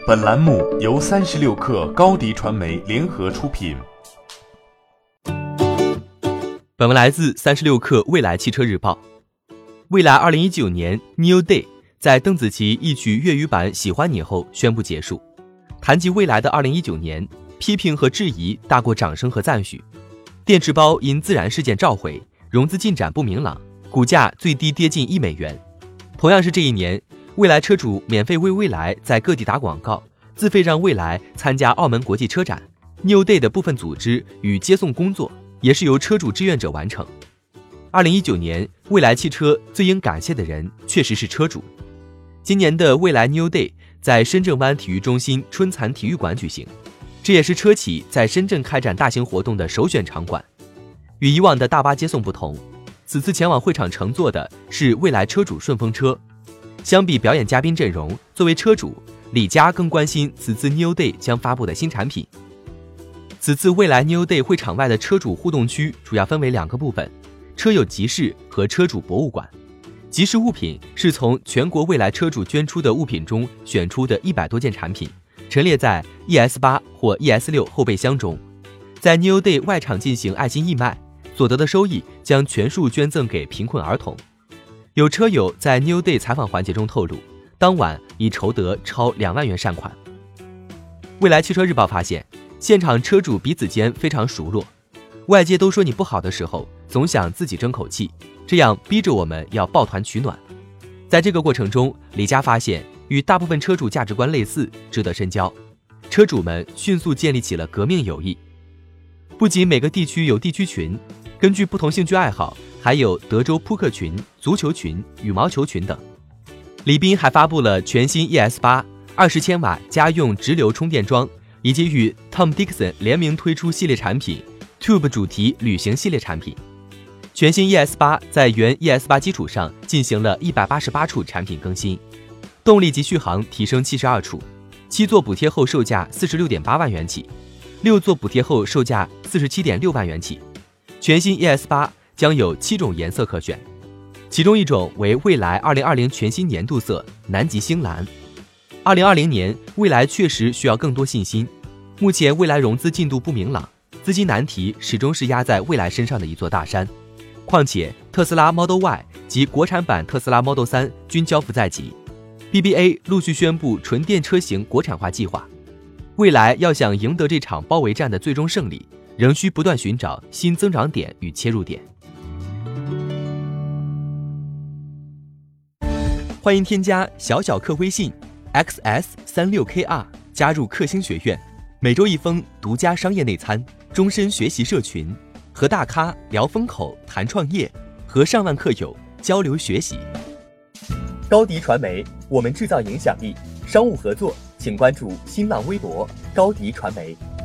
本栏目由36氪高迪传媒联合出品。 本文来自36氪未来汽车日报。蔚来2019年 New Day 在邓紫棋一曲粤语版《喜欢你》后宣布结束。谈及蔚来的2019年，批评和质疑大过掌声和赞许。电池包因自燃事件召回，融资进展不明朗，股价最低跌近1美元。同样是这一年，蔚来车主免费为蔚来在各地打广告，自费让蔚来参加澳门国际车展。New Day 的部分组织与接送工作也是由车主志愿者完成。2019年，蔚来汽车最应感谢的人确实是车主。今年的蔚来 New Day 在深圳湾体育中心春蚕体育馆举行，这也是车企在深圳开展大型活动的首选场馆。与以往的大巴接送不同，此次前往会场乘坐的是蔚来车主顺风车。相比表演嘉宾阵容，作为车主，李佳更关心此次 New Day 将发布的新产品。此次蔚来 New Day 会场外的车主互动区主要分为2个部分：车友集市和车主博物馆。集市物品是从全国蔚来车主捐出的物品中选出的100多件产品，陈列在 ES8 或 ES6 后备箱中。在 New Day 外场进行爱心义卖，所得的收益将全数捐赠给贫困儿童。有车友在 New Day 采访环节中透露，当晚已筹得超2万元善款。蔚来汽车日报发现，现场车主彼此间非常熟络，外界都说你不好的时候，总想自己争口气，这样逼着我们要抱团取暖。在这个过程中，李佳发现与大部分车主价值观类似，值得深交。车主们迅速建立起了革命友谊。不仅每个地区有地区群，根据不同兴趣爱好，还有德州扑克群、足球群、羽毛球群等。李斌还发布了全新 ES8 20千瓦家用直流充电桩，以及与 Tom Dixon 联名推出系列产品 Tube 主题旅行系列产品。全新 ES8 在原 ES8 基础上进行了188处产品更新，动力及续航提升72处，7座补贴后售价46.8万元起，6座补贴后售价47.6万元起。全新 ES8 将有7种颜色可选，其中一种为蔚来2020全新年度色南极星蓝。2020年，蔚来确实需要更多信心。目前蔚来融资进度不明朗，资金难题始终是压在蔚来身上的一座大山。况且特斯拉 Model Y 及国产版特斯拉 Model 3均交付在即， BBA 陆续宣布纯电车型国产化计划。蔚来要想赢得这场包围战的最终胜利，仍需不断寻找新增长点与切入点。欢迎添加小小客微信 XS36KR 加入客星学院，每周1封独家商业内参，终身学习社群，和大咖聊风口谈创业，和上万客友交流学习。高迪传媒，我们制造影响力。商务合作请关注新浪微博高迪传媒。